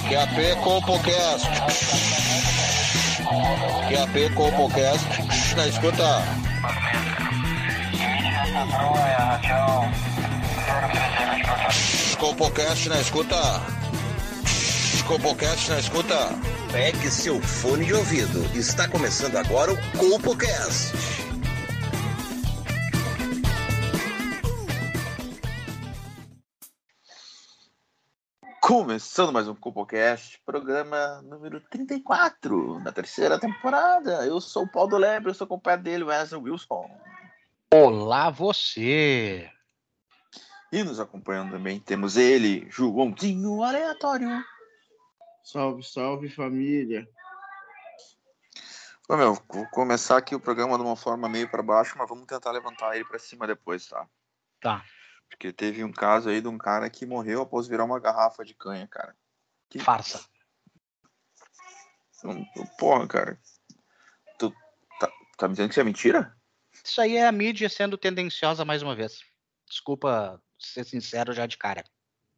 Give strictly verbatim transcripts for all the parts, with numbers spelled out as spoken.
Q A P CopoCast. Q A P CopoCast. Na escuta. CopoCast na escuta. CopoCast na escuta. Pegue seu fone de ouvido. Está começando agora o CopoCast. Começando mais um CopoCast, programa número trinta e quatro, da terceira temporada. Eu sou o Paulo Lebre, eu sou acompanhado dele, Wesley Wilson. Olá, você! E nos acompanhando também temos ele, Joãozinho Aleatório. Salve, salve, família. Ô, meu, vou começar aqui o programa de uma forma meio para baixo, mas vamos tentar levantar ele para cima depois, tá? Tá. Porque teve um caso aí de um cara que morreu após virar uma garrafa de canha, cara. Que... Farsa. Porra, cara. Tu tá, tá me dizendo que isso é mentira? Isso aí é a mídia sendo tendenciosa mais uma vez. Desculpa ser sincero já de cara.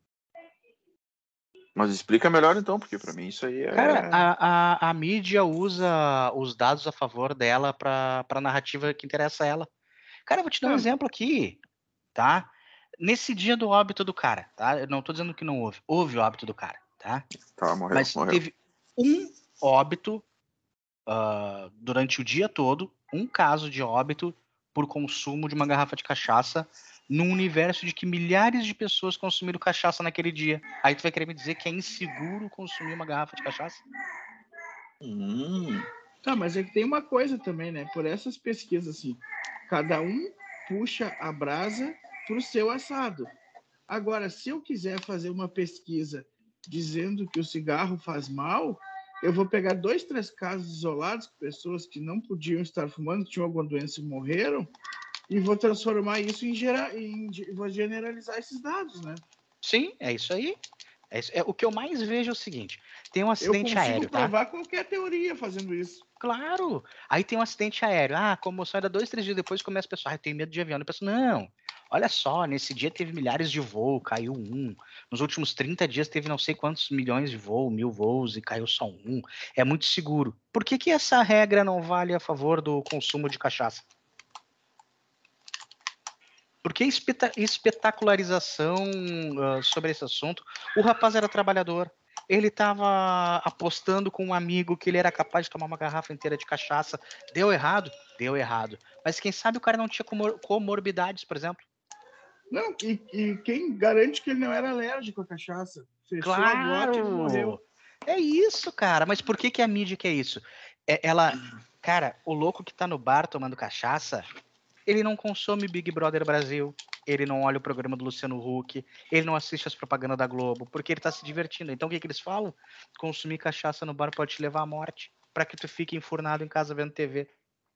Mas explica melhor então, porque pra mim isso aí é... Cara, a, a, a mídia usa os dados a favor dela pra, pra narrativa que interessa a ela. Cara, eu vou te dar um Ah. exemplo aqui, tá? Nesse dia do óbito do cara, tá? Eu não tô dizendo que não houve. Houve o óbito do cara, tá? Tá, morreu, Mas morreu. teve um óbito uh, durante o dia todo, um caso de óbito por consumo de uma garrafa de cachaça num universo de que milhares de pessoas consumiram cachaça naquele dia. Aí tu vai querer me dizer que é inseguro consumir uma garrafa de cachaça? Hum... Tá, mas é que tem uma coisa também, né? Por essas pesquisas, assim, cada um puxa a brasa pro seu assado. Agora, se eu quiser fazer uma pesquisa dizendo que o cigarro faz mal, eu vou pegar dois, três casos isolados, pessoas que não podiam estar fumando, tinham alguma doença e morreram, e vou transformar isso em, gera, em vou generalizar esses dados, né? Sim, é isso aí. É isso. É, o que eu mais vejo é o seguinte: tem um Eu acidente consigo aéreo, tá? provar qualquer teoria fazendo isso. Claro! Aí tem um acidente aéreo. Ah, comoção era dois, três dias depois começa a pessoa, ah, eu tenho medo de avião. Eu penso, não, olha só, nesse dia teve milhares de voos, caiu um. Nos últimos trinta dias teve não sei quantos milhões de voos, mil voos e caiu só um. É muito seguro. Por que que essa regra não vale a favor do consumo de cachaça? Por que espeta- espetacularização uh, sobre esse assunto? O rapaz era trabalhador. Ele estava apostando com um amigo que ele era capaz de tomar uma garrafa inteira de cachaça. Deu errado? Deu errado. Mas quem sabe o cara não tinha comor- comorbidades, por exemplo? Não, e, e quem garante que ele não era alérgico à cachaça? Fechou a glota e ele morreu. Claro! É isso, cara. Mas por que que a mídia quer isso? É, ela... Cara, o louco que tá no bar tomando cachaça, ele não consome Big Brother Brasil, ele não olha o programa do Luciano Huck, ele não assiste as propagandas da Globo, porque ele tá se divertindo. Então o que que eles falam? Consumir cachaça no bar pode te levar à morte, pra que tu fique enfurnado em casa vendo T V.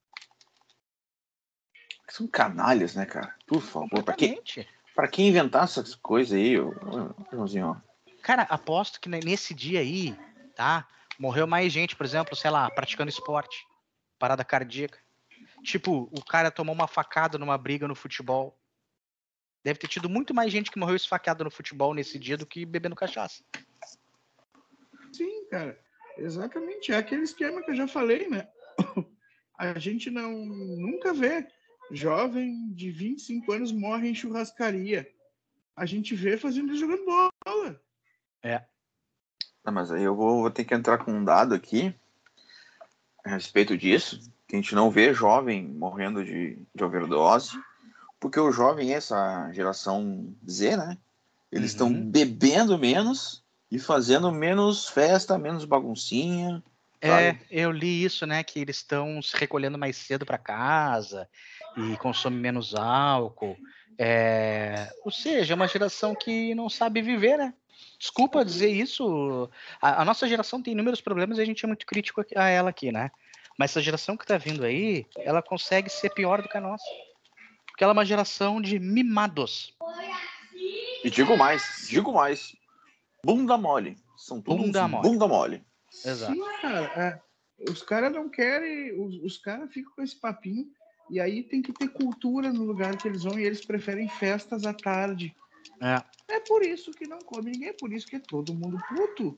São canalhas, né, cara? Por favor, pra quem, Completamente. pra quem inventar essas coisas aí, ô, ô, Joãozinho, ó. Cara, aposto que nesse dia aí, tá? Morreu mais gente, por exemplo, sei lá, praticando esporte, parada cardíaca. Tipo, o cara tomou uma facada numa briga no futebol. Deve ter tido muito mais gente que morreu esfaqueada no futebol nesse dia do que bebendo cachaça. Sim, cara. Exatamente. É aquele esquema que eu já falei, né? A gente não nunca vê jovem de vinte e cinco anos morre em churrascaria. A gente vê fazendo isso jogando bola. É. Não, mas aí eu vou, vou ter que entrar com um dado aqui a respeito disso, que a gente não vê jovem morrendo de, de overdose, porque o jovem, essa geração Z, né? Eles estão Uhum. bebendo menos e fazendo menos festa, menos baguncinha. É, Sabe? eu li isso, né? Que eles estão se recolhendo mais cedo para casa e consomem menos álcool. É, ou seja, é uma geração que não sabe viver, né? Desculpa dizer isso. A, a nossa geração tem inúmeros problemas e a gente é muito crítico a ela aqui, né? Mas essa geração que tá vindo aí, ela consegue ser pior do que a nossa. Porque ela é uma geração de mimados. E digo mais, digo mais. Bunda mole. São tudo Bunda uns mole. bunda mole. Exato. Sim, cara. É. Os caras não querem. Os, os caras ficam com esse papinho. E aí tem que ter cultura no lugar que eles vão. E eles preferem festas à tarde. É. É por isso que não come ninguém. É por isso que é todo mundo puto.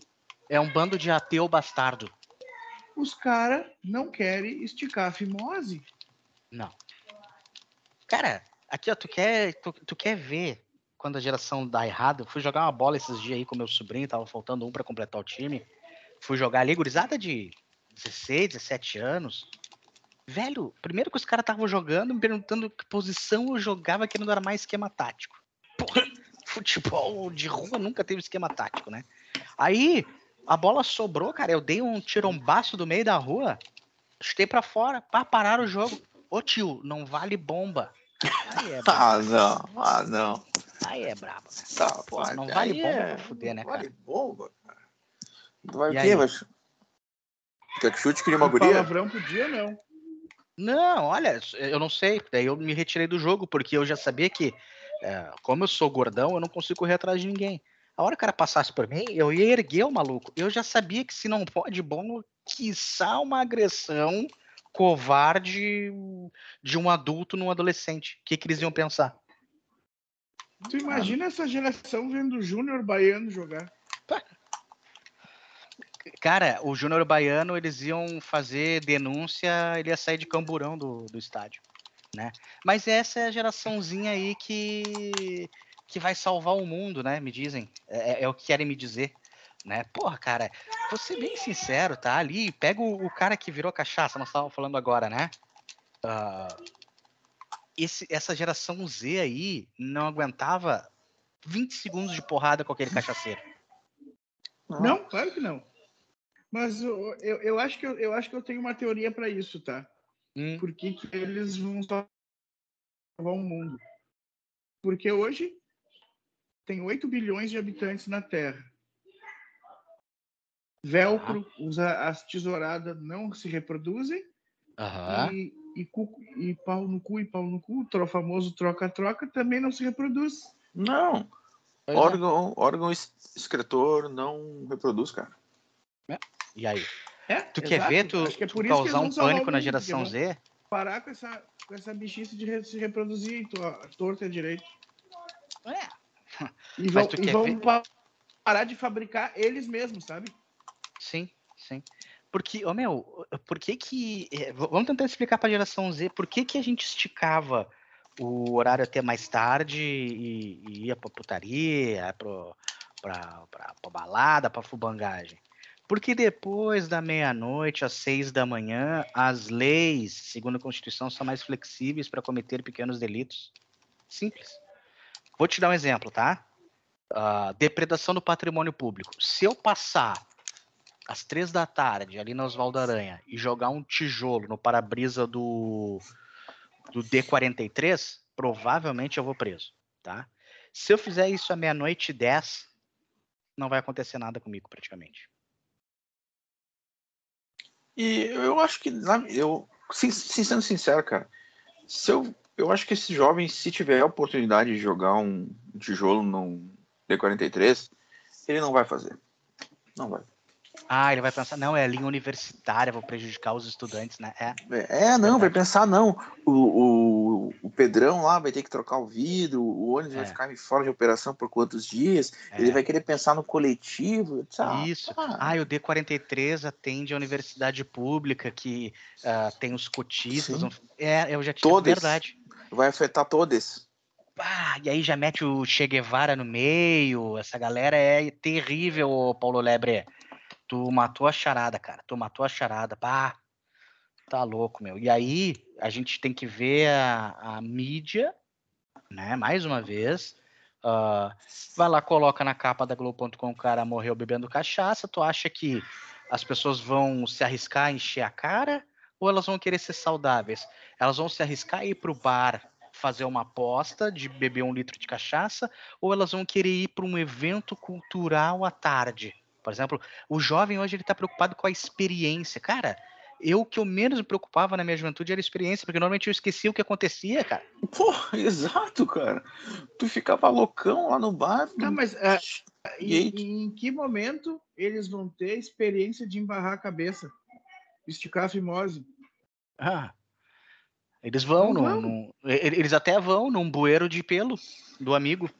É um bando de ateu bastardo. Os caras não querem esticar a fimose. Não. Cara, aqui, ó, tu quer, tu, tu quer ver quando a geração dá errado? Eu fui jogar uma bola esses dias aí com meu sobrinho, tava faltando um pra completar o time. Fui jogar ali, gurizada de dezesseis, dezessete anos. Velho, primeiro que os caras estavam jogando, me perguntando que posição eu jogava, querendo armar esquema tático. Porra, futebol de rua nunca teve esquema tático, né? Aí, a bola sobrou, cara, eu dei um tirombaço do meio da rua, chutei pra fora, pá, pararam o jogo. Ô tio, não vale bomba. Aí é brabo. Ah, não. Ah, não. Aí é brabo, né? Tá, Porra, pô, não vale aí bomba é- pra fuder, né, não vale cara? bomba, cara. Vai E o aí? quê? Vai... chu- Quer que chute queria uma E guria? palavrão podia, não. Não, olha, eu não sei. Daí eu me retirei do jogo, porque eu já sabia que, é, como eu sou gordão, eu não consigo correr atrás de ninguém. A hora que o cara passasse por mim, eu ia erguer o maluco. Eu já sabia que se não pode bom, quiçá uma agressão covarde de um adulto num adolescente. O que, que eles iam pensar? Tu imagina essa geração vendo o Júnior Baiano jogar. Cara, o Júnior Baiano, eles iam fazer denúncia, ele ia sair de camburão do, do estádio, né? Mas essa é a geraçãozinha aí que, que vai salvar o mundo, né? Me dizem. É, é o que querem me dizer, né? Porra, cara, vou ser bem sincero, tá? Ali, pega o, o cara que virou cachaça, nós estávamos falando agora, né? Uh, esse, essa geração Z aí não aguentava vinte segundos de porrada com aquele cachaceiro. Não, claro que não. Mas eu, eu, eu, acho, que eu, eu acho que eu tenho uma teoria para isso, tá? Hum. Por que, que eles vão salvar o mundo? Porque hoje tem oito bilhões de habitantes na Terra. Velcro, Ah. usa as tesouradas, não se reproduzem. Aham. E, e, cu, e pau no cu e pau no cu, o famoso troca-troca, também não se reproduz. Não. Pois é. Órgão, órgão es- excretor não reproduz, cara. E aí? É, Tu exato. quer ver tu, Acho que é tu por isso que eles causar vão um salvar pânico o na mundo, geração porque vão Z? parar com essa, com essa bichice de re- se reproduzir em to- torta direito. É. E Mas vão, tu e quer vão ver? pa- parar de fabricar eles mesmos, sabe? Sim, sim. Porque, ô meu, por que que... é, v- Vamos tentar explicar pra geração Z por que que a gente esticava o horário até mais tarde e, e ia pra putaria, pro, pra, pra, pra balada, pra fubangagem. Porque depois da meia-noite às seis da manhã, as leis, segundo a Constituição, são mais flexíveis para cometer pequenos delitos. Simples. Vou te dar um exemplo, tá? Uh, depredação do patrimônio público. Se eu passar às três da tarde ali na Oswaldo Aranha e jogar um tijolo no para-brisa do, do D quarenta e três, provavelmente eu vou preso, tá? Se eu fizer isso à meia-noite e dez, não vai acontecer nada comigo praticamente. E eu acho que, na- eu, sim, sim, sendo sincero, cara, se eu, eu acho que esse jovem, se tiver a oportunidade de jogar um tijolo num D quarenta e três, ele não vai fazer. Não vai. Ah, ele vai pensar, não, é linha universitária, vou prejudicar os estudantes, né? É, É, não, verdade. vai pensar, não. O, o, o Pedrão lá vai ter que trocar o vidro, o ônibus É. vai ficar fora de operação por quantos dias, É. ele vai querer pensar no coletivo. Ah, Isso. ah, Ah, e o D quarenta e três atende a universidade pública que uh, tem os cotistas. sim. É, eu já tinha Todos. verdade. Vai afetar todos. Ah, e aí já mete o Che Guevara no meio. Essa galera é terrível, ô Paulo Lebre. Tu matou a charada, cara. Tu matou a charada. Pá, tá louco, meu. E aí a gente tem que ver a, a mídia, né? Mais uma vez. Uh, vai lá, coloca na capa da Globo ponto com, o cara morreu bebendo cachaça. Tu acha que as pessoas vão se arriscar a encher a cara ou elas vão querer ser saudáveis? Elas vão se arriscar a ir pro bar fazer uma aposta de beber um litro de cachaça ou elas vão querer ir para um evento cultural à tarde? Por exemplo, o jovem hoje ele tá preocupado com a experiência. Cara, eu o que eu menos me preocupava na minha juventude era a experiência, porque normalmente eu esquecia o que acontecia, cara. Pô, exato, cara. Tu ficava loucão lá no bar. Não, mas é, E aí, em, em que momento eles vão ter a experiência de embarrar a cabeça? Esticar a fimose? Ah, eles vão, Não num, vão. num- e- eles até vão num bueiro de pelo do amigo.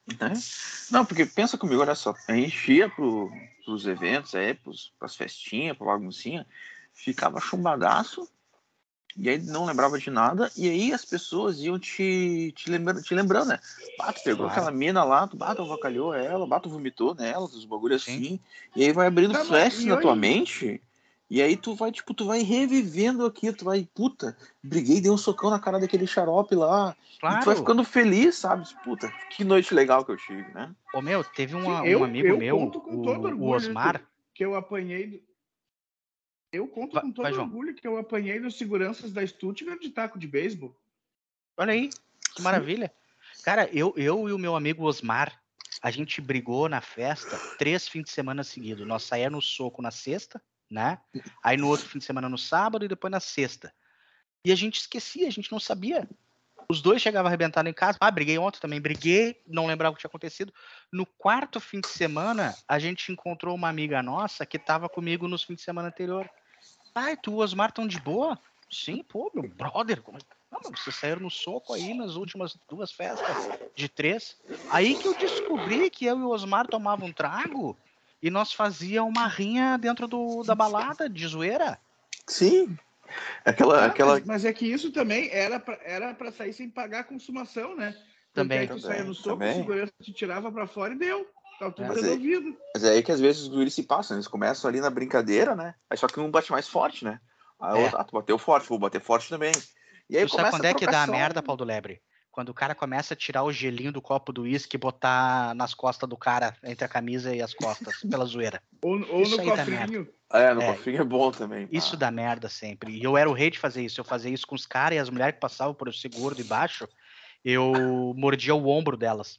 Né? Não, porque pensa comigo, olha só, a gente ia pro, pros eventos, aí, pros, pras festinhas, pra baguncinha, ficava chumbadaço, e aí não lembrava de nada, e aí as pessoas iam te, te, lembrando, te lembrando, né? Ah, tu pegou Claro. aquela mina lá, tu, ah, tu avacalhou ela, ah, tu vomitou nela, os bagulhos Sim. assim, e aí vai abrindo Tá, mas flashes e na tua hoje- mente, e aí tu vai, tipo, tu vai revivendo aquilo, tu vai, puta, briguei, dei um socão na cara daquele xarope lá, e tu vai Claro. ficando feliz, sabe? Puta, que noite legal que eu tive, né? Ô, meu, teve uma- Sim, eu, um amigo eu meu, conto com o, todo o orgulho Osmar. que, que eu apanhei. do- Eu conto Vai- com todo vai, João. orgulho que eu apanhei dos seguranças da Stuttgart de taco de beisebol. Olha aí, que maravilha. Cara, eu, eu e o meu amigo Osmar, a gente brigou na festa três fins de semana seguidos. Nós saímos no soco na sexta, né? Aí no outro fim de semana no sábado e depois na sexta. E a gente esquecia, a gente não sabia. Os dois chegavam arrebentando em casa. Ah, briguei ontem também, briguei, não lembrava o que tinha acontecido. No quarto fim de semana, a gente encontrou uma amiga nossa que estava comigo nos fins de semana anterior. Ai, tu e o Osmar estão de boa? Sim, pô, meu brother. Como é... Não, mas vocês saíram no soco aí nas últimas duas festas de três. Aí que eu descobri que eu e o Osmar tomavam um trago e nós fazíamos uma rinha dentro do, da balada de zoeira. Sim. Aquela, Ah, aquela... mas, mas é que isso também era pra, era pra sair sem pagar a consumação, né? Porque Também. aí tu Também, saia no soco, também. o segurança te tirava pra fora e deu. Tá tudo Mas aí- resolvido. Mas é aí que às vezes os guris se passam, eles começam ali na brincadeira, né? Aí só que um bate mais forte, né? Aí o É. outro, ah, tu bateu forte, vou bater forte também. E aí Tu sabe começa quando a é que dá a trocação. merda, Paulo do Lebre? Quando o cara começa a tirar o gelinho do copo do uísque e botar nas costas do cara, entre a camisa e as costas, pela zoeira. Ou, ou Isso no aí dá cofrinho. É, no É. cofrinho é bom também. Isso pá. dá merda sempre. E eu era o rei de fazer isso. Eu fazia isso com os caras e as mulheres que passavam por eu ser gordo e baixo, eu mordia o ombro delas.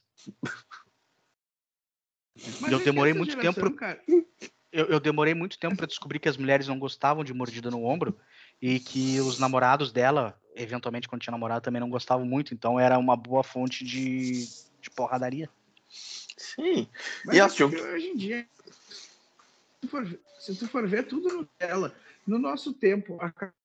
Mas Eu é que demorei essa muito geração, tempo- cara, Eu, eu demorei muito tempo pra descobrir que as mulheres não gostavam de mordida no ombro e que os namorados dela, eventualmente quando tinha namorado, também não gostavam muito. Então era uma boa fonte de, de porradaria. Sim. mas E é elas tinham que hoje em dia, se tu for, se tu for ver tudo no dela, no nosso tempo, a ca-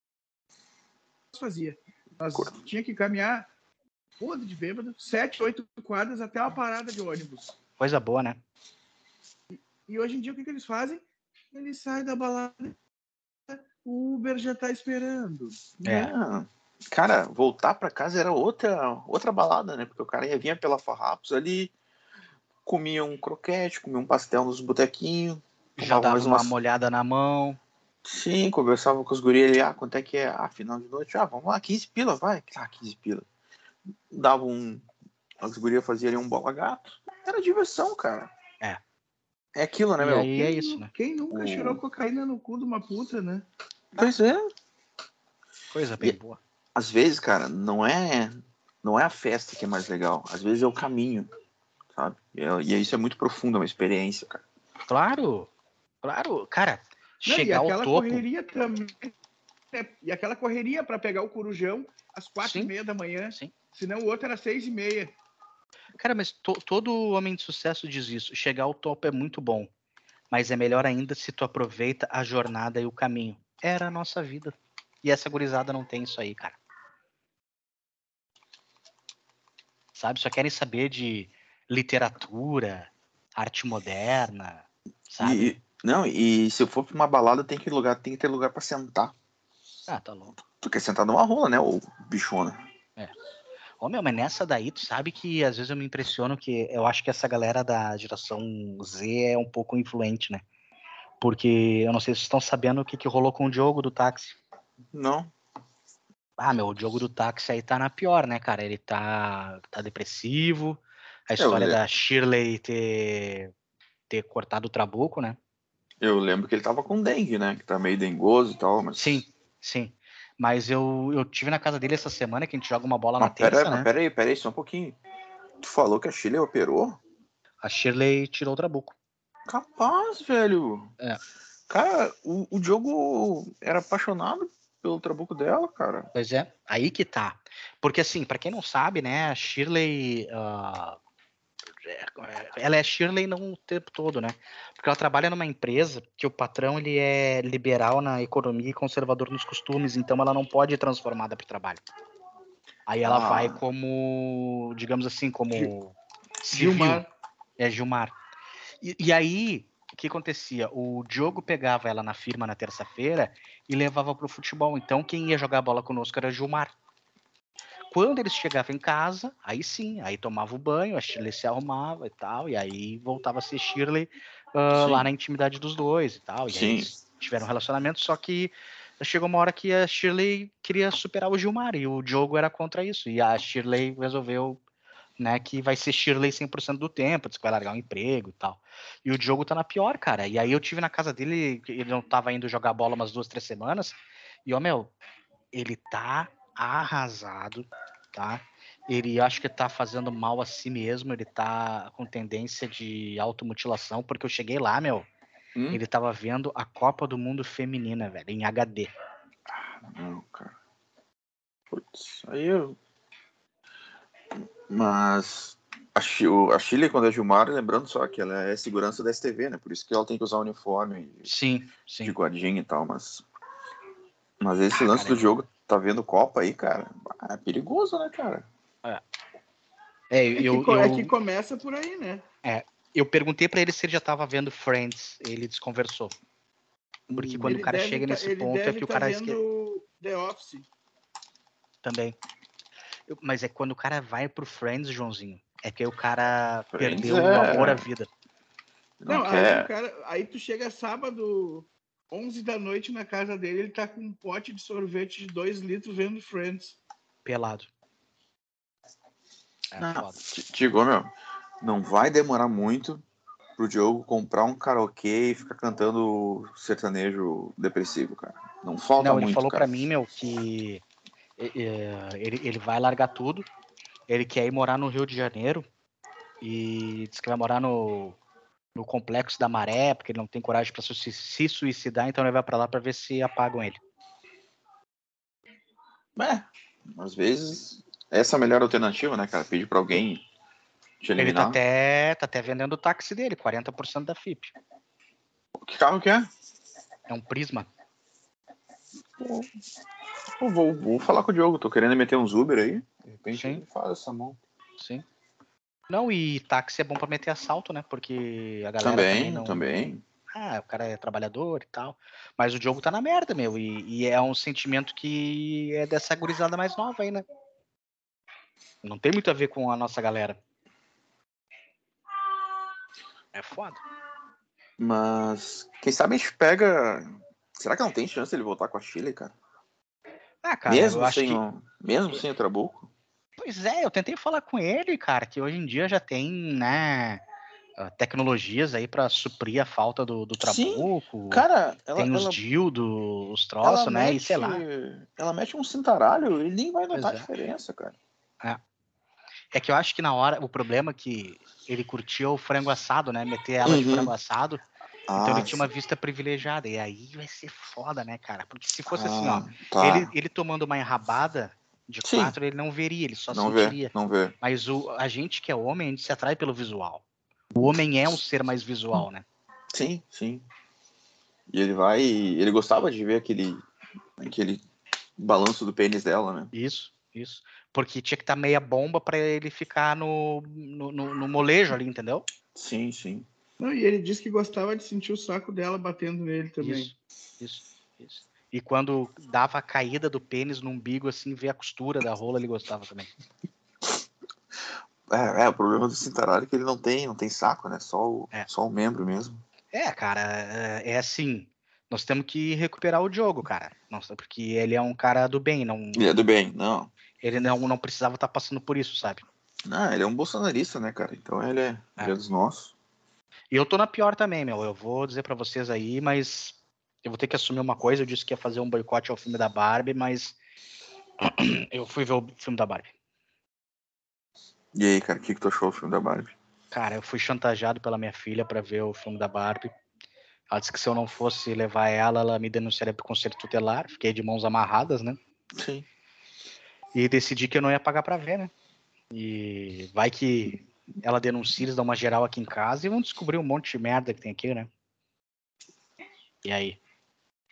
fazia. Nós tinha que caminhar podre de bêbado, sete, oito quadras até uma parada de ônibus. Coisa boa, né? E hoje em dia, o que, que eles fazem? Eles saem da balada, o Uber já tá esperando. É. Ah, cara, voltar pra casa era outra, outra balada, né? Porque o cara ia vinha pela Farrapos ali, comia um croquete, comia um pastel nos botequinhos, Já tomava dava mais uma umas... molhada na mão. Sim, conversava com os guris ali, ah, quanto é que é? Ah, final de noite, ah, vamos lá, quinze pila, vai. Ah, quinze pila. Dava um... As gurias faziam ali um bola gato. Era diversão, cara. É. É aquilo, né, E meu? aí é Quem, isso, nu- né? quem nunca O- cheirou cocaína no cu de uma puta, né? Pois é. Coisa bem E- boa. Às vezes, cara, não é não é a festa que é mais legal. Às vezes é o caminho, sabe? E, é- e isso é muito profundo, é uma experiência, cara. Claro, claro. Cara, Não, chegar e ao aquela topo. correria também. né? E aquela correria para pegar o corujão às quatro Sim. e meia da manhã. Sim. Senão o outro era seis e meia. Cara, mas to- todo homem de sucesso diz isso. Chegar ao topo é muito bom. Mas é melhor ainda se tu aproveita a jornada e o caminho. Era a nossa vida. E essa gurizada não tem isso aí, cara. Sabe? Só querem saber de literatura, arte moderna, sabe? E, não, e se eu for pra uma balada, tem que, lugar, tem que ter lugar pra sentar. Ah, tá louco. Tu quer sentar numa rola, né, ô bichona? Ô, meu, mas nessa daí, tu sabe que às vezes eu me impressiono que eu acho que essa galera da geração Z é um pouco influente, né? Porque eu não sei se vocês estão sabendo o que, que rolou com o Diogo do táxi. Não. Ah, meu, o Diogo do táxi aí tá na pior, né, cara? Ele tá, tá depressivo. A Eu história le- da Shirley ter, ter cortado o trabuco, né? Eu lembro que ele tava com dengue, né? Que tá meio dengoso e tal, mas... Sim, sim. Mas eu, eu tive na casa dele essa semana que a gente joga uma bola na Mas pera, terça, mas né? pera aí, pera aí, só um pouquinho. Tu falou que a Chile operou? A Shirley tirou o trabuco. Capaz, velho. É. Cara, o, o Diogo era apaixonado pelo trabuco dela, cara. Pois é, aí que tá. Porque assim, pra quem não sabe, né, a Shirley, ah, ela é Shirley não o tempo todo, né? Porque ela trabalha numa empresa que o patrão ele é liberal na economia e conservador nos costumes, então ela não pode ir transformada pro trabalho. Aí ela Ah. vai como, digamos assim, como Civil. Gilmar. É Gilmar. E, e aí, o que acontecia? O Diogo pegava ela na firma na terça-feira e levava pro futebol. Então, quem ia jogar bola conosco era Gilmar. Quando eles chegavam em casa, aí sim, aí tomava o banho, a Shirley se arrumava e tal, e aí voltava a ser Shirley uh, lá na intimidade dos dois e tal. E Sim. aí eles tiveram um relacionamento, só que chegou uma hora que a Shirley queria superar o Gilmar, e o Diogo era contra isso. E a Shirley resolveu, né, que vai ser Shirley cem por cento do tempo, disse que vai largar um emprego e tal. E o Diogo tá na pior, cara. E aí eu tive na casa dele, ele não tava indo jogar bola umas duas, três semanas, e ó, meu, ele tá arrasado, tá? Ele acho que tá fazendo mal a si mesmo, ele tá com tendência de automutilação, porque eu cheguei lá, meu, Hum? ele tava vendo a Copa do Mundo Feminina, velho, em H D. Não, cara. Putz, aí eu... Mas a, Chi- o- a Chile, quando é Gilmar, lembrando só que ela é segurança da S T V, né? Por isso que ela tem que usar o uniforme de, Sim, sim. de guardinha e tal, mas... Mas esse Ah, lance cara, do jogo, tá vendo Copa aí, cara? É perigoso, né, cara? É, É eu, que, eu, é que começa por aí, né? é, eu perguntei pra ele se ele já tava vendo Friends, ele desconversou. Porque Hum, quando Ele o cara deve chega tá- nesse ele ponto é deve que o tá cara vendo esque... The Office. também. Eu- mas é quando o cara vai pro Friends, Joãozinho, é que aí o cara Friends perdeu é- o amor à vida. Não, Não, aí quer... o cara, aí tu chega sábado, onze da noite na casa dele, ele tá com um pote de sorvete de dois litros vendo Friends. Pelado. É Não, foda. te- Digo, meu, não vai demorar muito pro Diogo comprar um karaokê e ficar cantando sertanejo depressivo, cara. Não falta Não, ele muito, falou cara. pra mim, meu, que é, é, ele, ele vai largar tudo. Ele quer ir morar no Rio de Janeiro e diz que vai morar no, no Complexo da Maré, porque ele não tem coragem pra se, se suicidar, então ele vai pra lá pra ver se apagam ele. É, às vezes essa é a melhor alternativa, né, cara? Pedir pra alguém te Ele tá eliminar. até, tá até vendendo o táxi dele, quarenta por cento da F I P. Que carro que é? É um Prisma. Pô, vou, vou falar com o Diogo, tô querendo meter uns Uber aí. De repente Sim. ele faz essa mão. Sim. Não, e táxi é bom pra meter assalto, né? Porque a galera também, Também, não. também. Ah, o cara é trabalhador e tal. Mas o Diogo tá na merda, meu. E, e é um sentimento que é dessa gurizada mais nova aí, né? Não tem muito a ver com a nossa galera. É foda. Mas quem sabe a gente pega. Será que não tem chance ele voltar com a Chile, cara? Ah, cara, mesmo eu acho sem que. o, mesmo sem o Trabuco? Pois é, eu tentei falar com ele, cara, que hoje em dia já tem, né, ah, tecnologias aí pra suprir a falta do, do Sim, trabuco. cara, ela, Tem os ela, dildos, os ela troços, né? E sei mete. lá. Ela mete um cintaralho e nem vai Pois notar a é. diferença, cara. É. É que eu acho que na hora, o problema é que ele curtia o frango assado, né? Meter ela de Uhum. frango assado. Então Ah, ele tinha uma sim. vista privilegiada. E aí vai ser foda, né, cara? Porque se fosse assim, ó, Ah, tá. ele, ele tomando uma enrabada de Sim. quatro, ele não veria, ele só Não vê, sentiria. não vê. Mas o, a gente que é homem, a gente se atrai pelo visual. O homem é um ser mais visual, né? Sim, sim. E ele vai. Ele gostava de ver aquele, aquele balanço do pênis dela, né? Isso, isso. Porque tinha que estar meia bomba pra ele ficar no, no, no, no molejo ali, entendeu? Sim, sim. Não, e ele disse que gostava de sentir o saco dela batendo nele também. Isso, isso, isso. E quando dava a caída do pênis no umbigo, assim, ver a costura da rola, ele gostava também. É, é, o problema do cintaralho é que ele não tem, não tem saco, né? Só o, É. só o membro mesmo. É, cara, é, é assim. Nós temos que recuperar o Diogo, cara. Nossa, porque ele é um cara do bem, não. Ele é do bem, não. Ele não, não precisava estar passando por isso, sabe? Não, ele é um bolsonarista, né, cara? Então ele é, É. ele é dos nossos. E eu tô na pior também, meu. Eu vou dizer pra vocês aí, mas eu vou ter que assumir uma coisa. Eu disse que ia fazer um boicote ao filme da Barbie, mas eu fui ver o filme da Barbie. E aí, cara, o que, que tu achou do filme da Barbie? Cara, eu fui chantageado pela minha filha pra ver o filme da Barbie. Ela disse que se eu não fosse levar ela, ela me denunciaria por conselho tutelar. Fiquei de mãos amarradas, né? Sim. E decidi que eu não ia pagar pra ver, né? E vai que ela denuncia, eles dão uma geral aqui em casa e vão descobrir um monte de merda que tem aqui, né? E aí?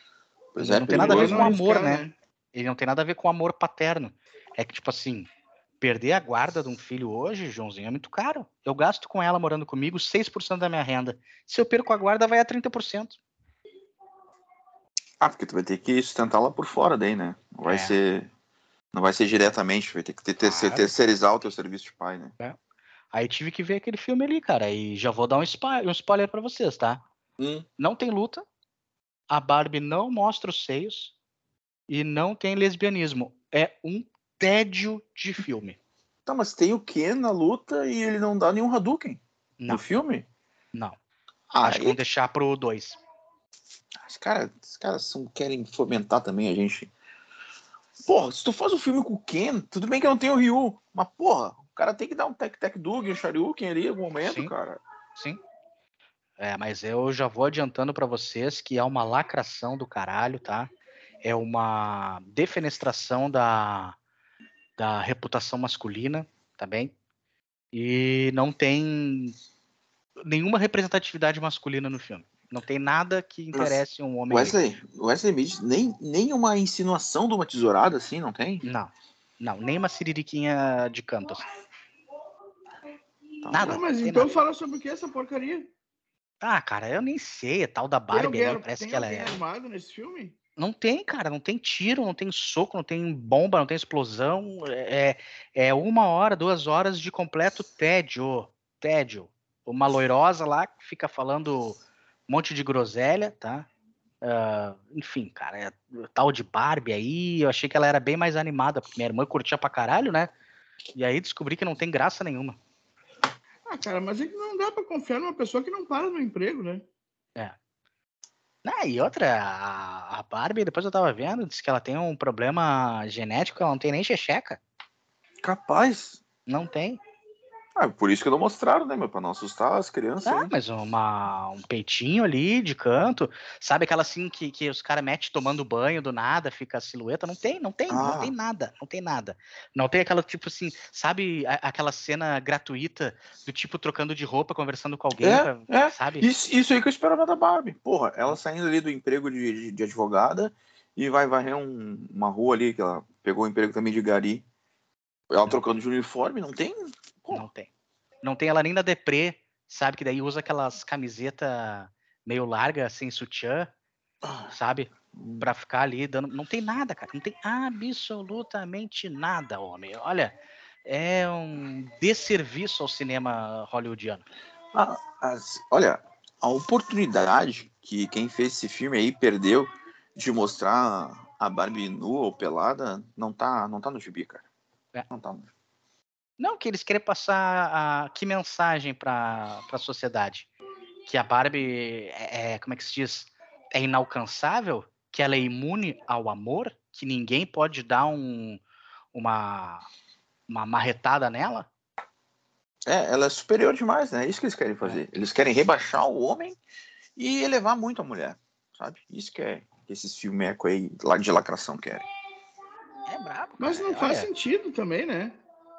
Pois Ele é, não tem nada a ver perigoso. com Não amor, arriscar, né? né? Ele não tem nada a ver com amor paterno. É que, tipo assim, Perder a guarda de um filho hoje, Joãozinho, é muito caro. Eu gasto com ela morando comigo seis por cento da minha renda. Se eu perco a guarda, vai a trinta por cento. Ah, porque tu vai ter que sustentá-la por fora daí, né? Não vai É. ser... Não vai ser diretamente, vai ter que ter, ter, Claro. terceirizar o teu serviço de pai, né? É. Aí tive que ver aquele filme ali, cara. E já vou dar um spoiler, um spoiler pra vocês, tá? Hum. Não tem luta. A Barbie não mostra os seios. E não tem lesbianismo. É um tédio de filme. Tá, mas tem o Ken na luta e ele não dá nenhum Hadouken Não, no filme? não. Ah, Acho que vão deixar pro dois. Os caras os caras são, querem fomentar também a gente. Porra, se tu faz um filme com o Ken, tudo bem que não tem o Ryu, mas porra, o cara tem que dar um Tec-Tec-Dug, um Shoryuken ali em algum momento, Sim. cara. Sim. É, mas eu já vou adiantando pra vocês que é uma lacração do caralho, tá? É uma defenestração da, da reputação masculina, tá bem? E não tem nenhuma representatividade masculina no filme. Não tem nada que interesse um homem. Wesley, Wesley Midge, nem, nem uma insinuação de uma tesourada assim, não tem? Não, não, nem uma siririquinha de canto. Assim. Tá. Nada. Não, mas tem então nada. fala sobre o que essa porcaria? Ah, cara, eu nem sei. É tal da Tem Barbie alguém, ali, parece tem que ela alguém é. armado nesse filme? Não tem, cara, não tem tiro, não tem soco, não tem bomba, não tem explosão. É, é uma hora, duas horas de completo tédio. Tédio. Uma loirosa lá que fica falando um monte de groselha, tá? Uh, enfim, cara, é, tal de Barbie aí, eu achei que ela era bem mais animada, porque minha irmã curtia pra caralho, né? E aí descobri que não tem graça nenhuma. Ah, cara, mas é que não dá pra confiar numa pessoa que não para no emprego, né? É. Ah, e outra, a, a Barbie, depois eu tava vendo, disse que ela tem um problema genético, ela não tem nem checheca. Capaz. Não tem. Ah, por isso que não mostraram, né, meu? Pra não assustar as crianças. Ah, Hein? mas uma, um peitinho ali de canto, sabe aquela assim que, que os caras metem tomando banho do nada, fica a silhueta? Não tem, não tem, Ah. não tem nada, não tem nada. Não tem aquela tipo assim, sabe a, aquela cena gratuita do tipo trocando de roupa, conversando com alguém, É, pra, é. sabe? Isso, isso aí que eu esperava da Barbie. Porra, ela saindo ali do emprego de, de, de advogada e vai varrer um, uma rua ali, que ela pegou o emprego também de gari. Ela Não. trocando de uniforme, não tem? Pô. Não tem. Não tem ela nem na deprê, sabe? Que daí usa aquelas camisetas meio largas, sem sutiã, sabe? Pra ficar ali dando. Não tem nada, cara. Não tem absolutamente nada, homem. Olha, é um desserviço ao cinema hollywoodiano. Ah, as- olha, a oportunidade que quem fez esse filme aí perdeu de mostrar a Barbie nua ou pelada não tá, não tá no gibi, cara. É. Não tá no gibi. Não, que eles querem passar a, que mensagem para a sociedade? Que a Barbie é, é, como é que se diz? É inalcançável? Que ela é imune ao amor? Que ninguém pode dar um, uma, uma marretada nela? É, ela é superior demais, né? É isso que eles querem fazer. Eles querem rebaixar o homem e elevar muito a mulher, sabe? Isso que é que esses filmecos aí lá de lacração querem. É brabo, cara. Mas não Olha, faz sentido também, né?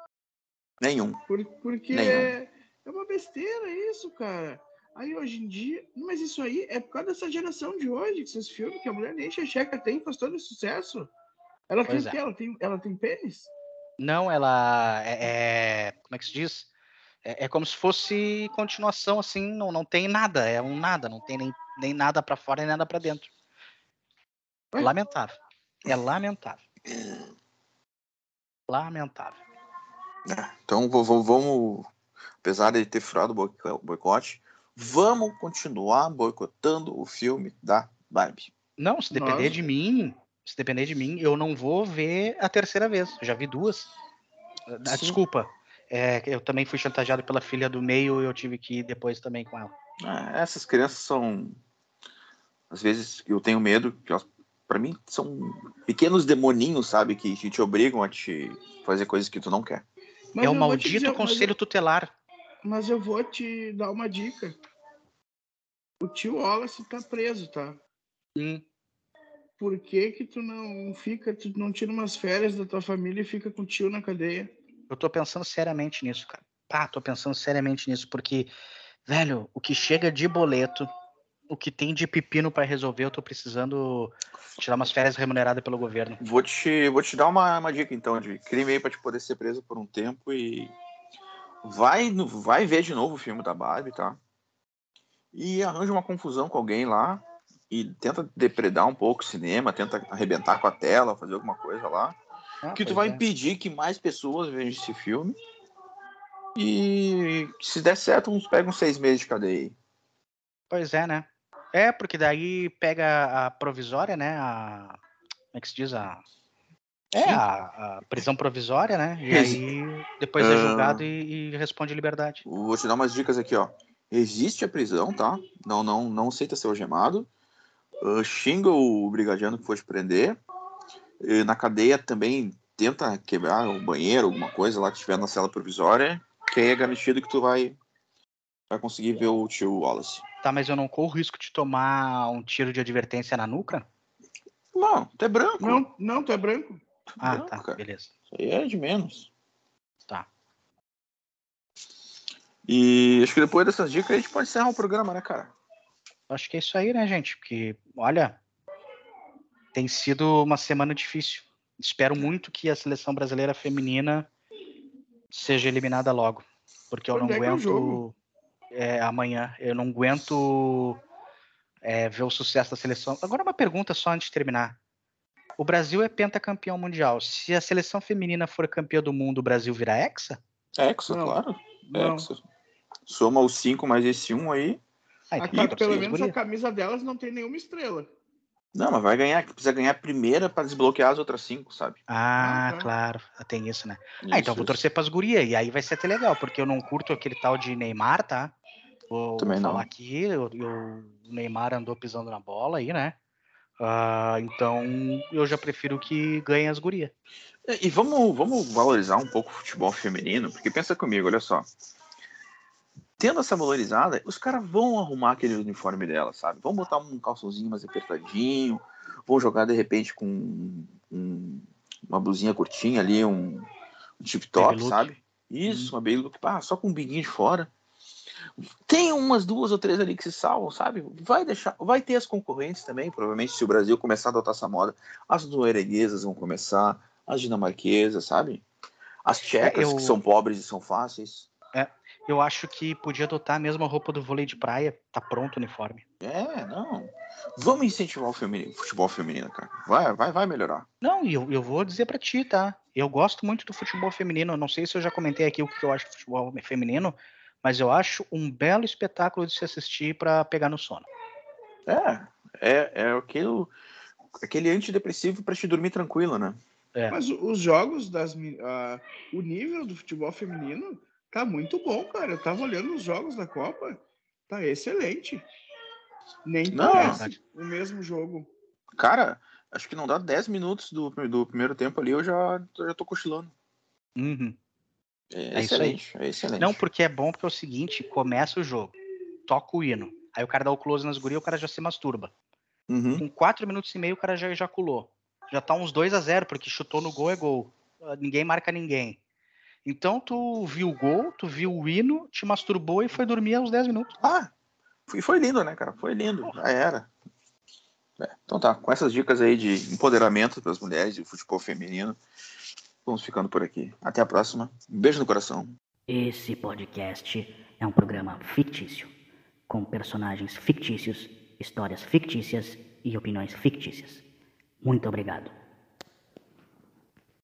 Nenhum. Por, porque Nenhum. é, é uma besteira isso, cara. Aí hoje em dia. Mas isso aí é por causa dessa geração de hoje, que esses filmes que a mulher nem checheca tem, faz todo esse sucesso. Ela Pois tem o é. quê? Ela tem, ela tem pênis? Não, ela é, é- como é que se diz? É, é como se fosse continuação, assim, não, não tem nada, é um nada, não tem nem, nem nada pra fora nem nada pra dentro. Ué? Lamentável. É lamentável. Lamentável. É, então vou- vou- vamos, apesar de ter furado o boico- o boicote, vamos continuar boicotando o filme da Barbie. Não, se depender Nossa. de mim, se depender de mim, eu não vou ver a terceira vez. Eu já vi duas. Ah, Sim. desculpa. É, eu também fui chantageado pela filha do meio e eu tive que ir depois também com ela. É, essas crianças são, às vezes eu tenho medo que elas, para mim, são pequenos demoninhos, sabe, que, que te obrigam a te fazer coisas que tu não quer. Mas é o eu vou te maldito dizer- mas conselho eu- tutelar. Mas eu vou te dar uma dica. O tio Wallace tá preso, tá? Hum. Por que que tu não fica, tu não tira umas férias da tua família e fica com o tio na cadeia? Eu tô pensando seriamente nisso, cara. Pá, tô pensando seriamente nisso, porque, velho, o que chega de boleto o que tem de pepino para resolver, eu tô precisando tirar umas férias remuneradas pelo governo. Vou te, vou te dar uma, uma dica, então, de crime aí pra te poder ser preso por um tempo e vai, no- vai ver de novo o filme da Barbie, tá? E arranja uma confusão com alguém lá e tenta depredar um pouco o cinema, tenta arrebentar com a tela, fazer alguma coisa lá. Ah, que tu pois vai é. impedir que mais pessoas vejam esse filme. E se der certo, uns pegam seis meses de cadeia aí. Pois é, né? É, porque daí pega a provisória, né? A... Como é que se diz? A... É, Sim. a, a prisão provisória, né? E Resi- aí depois é julgado Ah, e, e responde liberdade. Vou te dar umas dicas aqui, ó. Existe a prisão, tá? Não, não, não aceita ser algemado. Ah, xinga o brigadiano que for te prender. E na cadeia também tenta quebrar o banheiro, alguma coisa lá que tiver na cela provisória, que aí é garantido que tu vai, vai conseguir ver o tio Wallace. Tá, mas eu não corro o risco de tomar um tiro de advertência na nuca? Não, tu é branco. Não, não, tu é branco. Ah, Branco, tá, cara. beleza. Isso aí é de menos. Tá. E acho que depois dessas dicas a gente pode encerrar o programa, né, cara? Acho que é isso aí, né, gente? Porque, olha, tem sido uma semana difícil. Espero muito que a seleção brasileira feminina seja eliminada logo. Porque eu Quando não é que é o aguento jogo? é, amanhã. Eu não aguento é, ver o sucesso da seleção. Agora uma pergunta só antes de terminar. O Brasil é pentacampeão mundial. Se a seleção feminina for campeã do mundo, o Brasil vira hexa? Hexa, Não, claro. não. Hexa. Soma os cinco mais esse um aí. Ah, A então ca- vou torcer pelo pras menos a gurias. camisa delas não tem nenhuma estrela. Não, mas vai ganhar. Precisa ganhar a primeira pra desbloquear as outras cinco, sabe? Ah, Ah, tá. claro. Tem isso, né? Isso, Ah, então eu vou isso. torcer pras gurias. E aí vai ser até legal, porque eu não curto aquele tal de Neymar, tá? Vou, vou Também falar não. aqui. Eu, eu- o Neymar andou pisando na bola aí, né? Ah, então eu já prefiro que ganhe as gurias. E e vamos, vamos valorizar um pouco o futebol feminino, porque pensa comigo, olha só. Tendo essa valorizada, os caras vão arrumar aquele uniforme dela, sabe? Vão botar um calçãozinho mais apertadinho, vão jogar de repente com um- uma blusinha curtinha ali, um, um tip top, Baby look. sabe? Isso, uma baby look, pá, só com um biguinho de fora. Tem umas duas ou três ali que se salvam, sabe? Vai deixar, vai ter as concorrentes também, provavelmente se o Brasil começar a adotar essa moda, as norueguesas vão começar, as dinamarquesas, sabe? As tchecas, É, eu- que são pobres e são fáceis. É, eu acho que podia adotar a mesma roupa do vôlei de praia. Tá pronto o uniforme. É, não. Vamos incentivar o feminino, futebol feminino, cara. Vai, vai, vai melhorar. Não, e eu, eu vou dizer pra ti, tá? Eu gosto muito do futebol feminino. Eu não sei se eu já comentei aqui o que eu acho do futebol feminino, mas eu acho um belo espetáculo de se assistir pra pegar no sono. É, é, é aquele, aquele antidepressivo pra te dormir tranquilo, né? É. Mas o- os jogos das. mi- ah, o nível do futebol feminino tá muito bom, cara. Eu tava olhando os jogos da Copa. Tá excelente. Nem Não. parece o mesmo jogo. Cara, acho que não dá dez minutos do, do primeiro tempo ali, eu já, já tô cochilando. Uhum. É, É isso aí. excelente, é excelente. Não, porque é bom porque é o seguinte, começa o jogo, toca o hino, aí o cara dá o close nas gurias, o cara já se masturba. Uhum. Com quatro minutos e meio o cara já ejaculou. Já tá uns dois a zero, porque chutou no gol é gol. Ah, ninguém marca ninguém. Então tu viu o gol, tu viu o hino, te masturbou e foi dormir aos dez minutos. Ah, foi, foi lindo, né, cara? Foi lindo, já era. É, então tá, com essas dicas aí de empoderamento das mulheres e futebol feminino, vamos ficando por aqui. Até a próxima. Um beijo no coração. Esse podcast é um programa fictício, com personagens fictícios, histórias fictícias e opiniões fictícias. Muito obrigado.